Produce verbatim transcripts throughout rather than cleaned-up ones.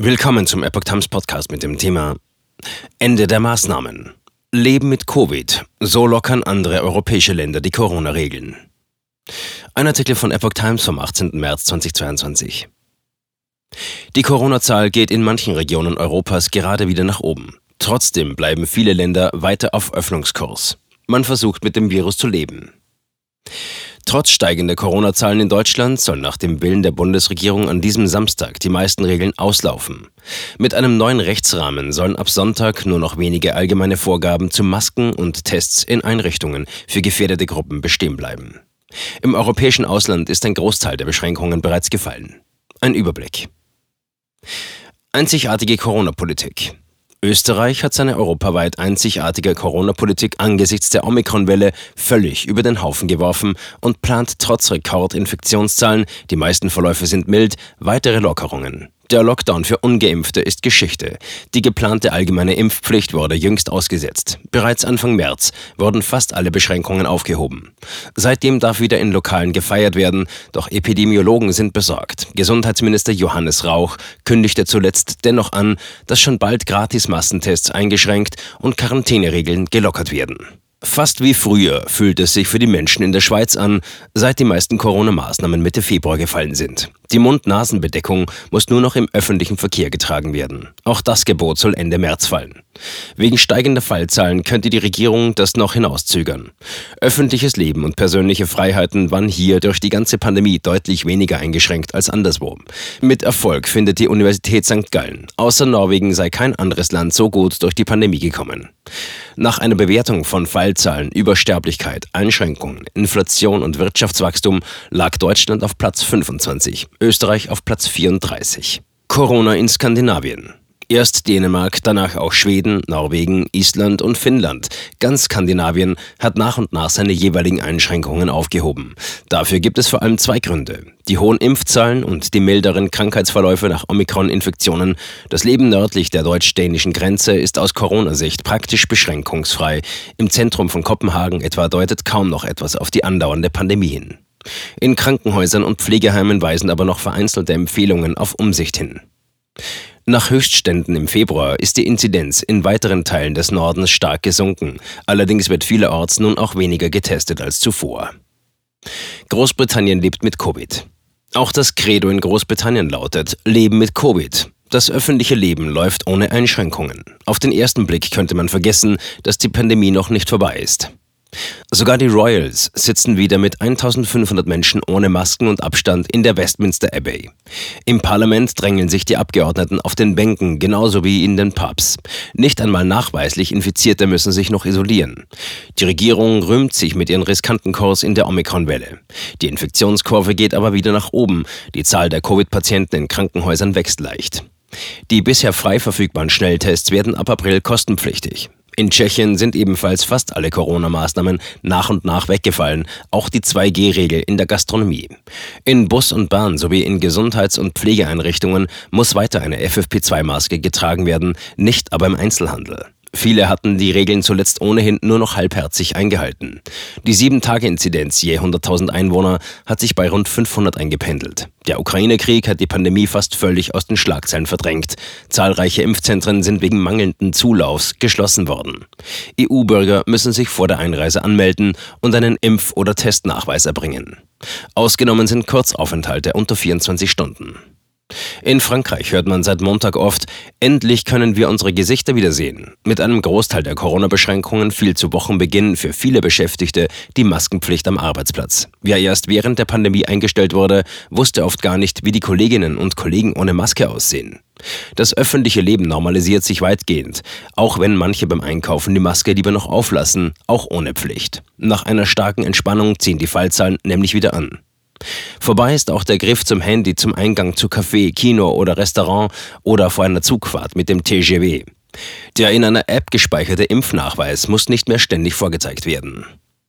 Willkommen zum Epoch Times Podcast mit dem Thema Ende der Maßnahmen. Leben mit Covid. So lockern andere europäische Länder die Corona-Regeln. Ein Artikel von Epoch Times vom achtzehnten März zweitausendzweiundzwanzig. Die Corona-Zahl geht in manchen Regionen Europas gerade wieder nach oben. Trotzdem bleiben viele Länder weiter auf Öffnungskurs. Man versucht mit dem Virus zu leben. Trotz steigender Corona-Zahlen in Deutschland sollen nach dem Willen der Bundesregierung an diesem Samstag die meisten Regeln auslaufen. Mit einem neuen Rechtsrahmen sollen ab Sonntag nur noch wenige allgemeine Vorgaben zu Masken und Tests in Einrichtungen für gefährdete Gruppen bestehen bleiben. Im europäischen Ausland ist ein Großteil der Beschränkungen bereits gefallen. Ein Überblick. Einzigartige Corona-Politik. Österreich hat seine europaweit einzigartige Corona-Politik angesichts der Omikron-Welle völlig über den Haufen geworfen und plant trotz Rekordinfektionszahlen, die meisten Verläufe sind mild, weitere Lockerungen. Der Lockdown für Ungeimpfte ist Geschichte. Die geplante allgemeine Impfpflicht wurde jüngst ausgesetzt. Bereits Anfang März wurden fast alle Beschränkungen aufgehoben. Seitdem darf wieder in Lokalen gefeiert werden, doch Epidemiologen sind besorgt. Gesundheitsminister Johannes Rauch kündigte zuletzt dennoch an, dass schon bald Gratis-Massentests eingeschränkt und Quarantäneregeln gelockert werden. Fast wie früher fühlt es sich für die Menschen in der Schweiz an, seit die meisten Corona-Maßnahmen Mitte Februar gefallen sind. Die Mund-Nasen-Bedeckung muss nur noch im öffentlichen Verkehr getragen werden. Auch das Gebot soll Ende März fallen. Wegen steigender Fallzahlen könnte die Regierung das noch hinauszögern. Öffentliches Leben und persönliche Freiheiten waren hier durch die ganze Pandemie deutlich weniger eingeschränkt als anderswo. Mit Erfolg findet die Universität Sankt Gallen. Außer Norwegen sei kein anderes Land so gut durch die Pandemie gekommen. Nach einer Bewertung von Fallzahlen, Übersterblichkeit, Einschränkungen, Inflation und Wirtschaftswachstum lag Deutschland auf Platz fünfundzwanzig, Österreich auf Platz vierunddreißig. Corona in Skandinavien. Erst Dänemark, danach auch Schweden, Norwegen, Island und Finnland. Ganz Skandinavien hat nach und nach seine jeweiligen Einschränkungen aufgehoben. Dafür gibt es vor allem zwei Gründe. Die hohen Impfzahlen und die milderen Krankheitsverläufe nach Omikron-Infektionen. Das Leben nördlich der deutsch-dänischen Grenze ist aus Corona-Sicht praktisch beschränkungsfrei. Im Zentrum von Kopenhagen etwa deutet kaum noch etwas auf die andauernde Pandemie hin. In Krankenhäusern und Pflegeheimen weisen aber noch vereinzelte Empfehlungen auf Umsicht hin. Nach Höchstständen im Februar ist die Inzidenz in weiteren Teilen des Nordens stark gesunken. Allerdings wird vielerorts nun auch weniger getestet als zuvor. Großbritannien lebt mit Covid. Auch das Credo in Großbritannien lautet: Leben mit Covid. Das öffentliche Leben läuft ohne Einschränkungen. Auf den ersten Blick könnte man vergessen, dass die Pandemie noch nicht vorbei ist. Sogar die Royals sitzen wieder mit eintausendfünfhundert Menschen ohne Masken und Abstand in der Westminster Abbey. Im Parlament drängeln sich die Abgeordneten auf den Bänken, genauso wie in den Pubs. Nicht einmal nachweislich Infizierte müssen sich noch isolieren. Die Regierung rühmt sich mit ihrem riskanten Kurs in der Omikron-Welle. Die Infektionskurve geht aber wieder nach oben. Die Zahl der Covid-Patienten in Krankenhäusern wächst leicht. Die bisher frei verfügbaren Schnelltests werden ab April kostenpflichtig. In Tschechien sind ebenfalls fast alle Corona-Maßnahmen nach und nach weggefallen, auch die zwei G Regel in der Gastronomie. In Bus und Bahn sowie in Gesundheits- und Pflegeeinrichtungen muss weiter eine F F P zwei Maske getragen werden, nicht aber im Einzelhandel. Viele hatten die Regeln zuletzt ohnehin nur noch halbherzig eingehalten. Die sieben Tage Inzidenz je hunderttausend Einwohner hat sich bei rund fünfhundert eingependelt. Der Ukraine-Krieg hat die Pandemie fast völlig aus den Schlagzeilen verdrängt. Zahlreiche Impfzentren sind wegen mangelnden Zulaufs geschlossen worden. E U-Bürger müssen sich vor der Einreise anmelden und einen Impf- oder Testnachweis erbringen. Ausgenommen sind Kurzaufenthalte unter vierundzwanzig Stunden. In Frankreich hört man seit Montag oft: Endlich können wir unsere Gesichter wiedersehen. Mit einem Großteil der Corona-Beschränkungen fiel zu Wochenbeginn für viele Beschäftigte die Maskenpflicht am Arbeitsplatz. Wer erst während der Pandemie eingestellt wurde, wusste oft gar nicht, wie die Kolleginnen und Kollegen ohne Maske aussehen. Das öffentliche Leben normalisiert sich weitgehend, auch wenn manche beim Einkaufen die Maske lieber noch auflassen, auch ohne Pflicht. Nach einer starken Entspannung ziehen die Fallzahlen nämlich wieder an. Vorbei ist auch der Griff zum Handy zum Eingang zu Café, Kino oder Restaurant oder vor einer Zugfahrt mit dem T G V. Der in einer App gespeicherte Impfnachweis muss nicht mehr ständig vorgezeigt werden.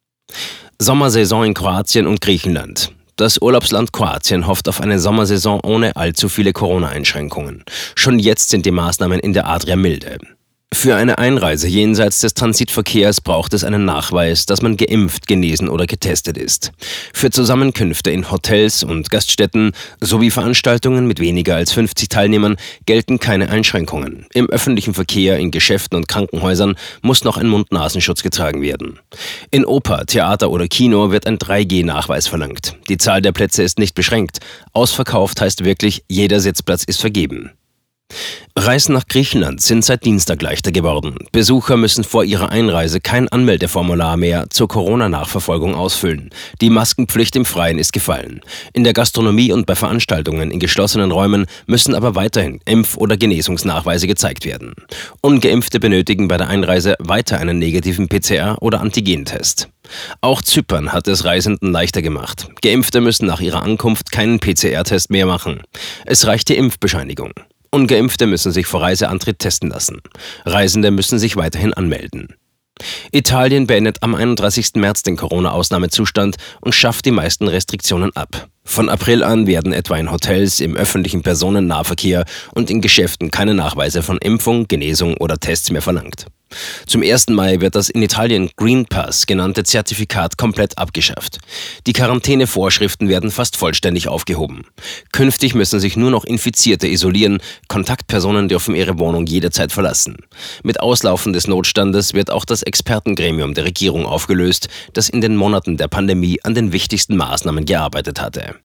Sommersaison in Kroatien und Griechenland. Das Urlaubsland Kroatien hofft auf eine Sommersaison ohne allzu viele Corona-Einschränkungen. Schon jetzt sind die Maßnahmen in der Adria milde. Für eine Einreise jenseits des Transitverkehrs braucht es einen Nachweis, dass man geimpft, genesen oder getestet ist. Für Zusammenkünfte in Hotels und Gaststätten sowie Veranstaltungen mit weniger als fünfzig Teilnehmern gelten keine Einschränkungen. Im öffentlichen Verkehr, in Geschäften und Krankenhäusern muss noch ein Mund-Nasenschutz getragen werden. In Oper, Theater oder Kino wird ein drei G Nachweis verlangt. Die Zahl der Plätze ist nicht beschränkt. Ausverkauft heißt wirklich, jeder Sitzplatz ist vergeben. Reisen nach Griechenland sind seit Dienstag leichter geworden. Besucher müssen vor ihrer Einreise kein Anmeldeformular mehr zur Corona-Nachverfolgung ausfüllen. Die Maskenpflicht im Freien ist gefallen. In der Gastronomie und bei Veranstaltungen in geschlossenen Räumen müssen aber weiterhin Impf- oder Genesungsnachweise gezeigt werden. Ungeimpfte benötigen bei der Einreise weiter einen negativen P C R- oder Antigentest. Auch Zypern hat es Reisenden leichter gemacht. Geimpfte müssen nach ihrer Ankunft keinen P C R-Test mehr machen. Es reicht die Impfbescheinigung. Ungeimpfte müssen sich vor Reiseantritt testen lassen. Reisende müssen sich weiterhin anmelden. Italien beendet am einunddreißigsten März den Corona-Ausnahmezustand und schafft die meisten Restriktionen ab. Von April an werden etwa in Hotels, im öffentlichen Personennahverkehr und in Geschäften keine Nachweise von Impfung, Genesung oder Tests mehr verlangt. Zum ersten Mai wird das in Italien Green Pass genannte Zertifikat komplett abgeschafft. Die Quarantänevorschriften werden fast vollständig aufgehoben. Künftig müssen sich nur noch Infizierte isolieren, Kontaktpersonen dürfen ihre Wohnung jederzeit verlassen. Mit Auslaufen des Notstandes wird auch das Expertengremium der Regierung aufgelöst, das in den Monaten der Pandemie an den wichtigsten Maßnahmen gearbeitet hatte.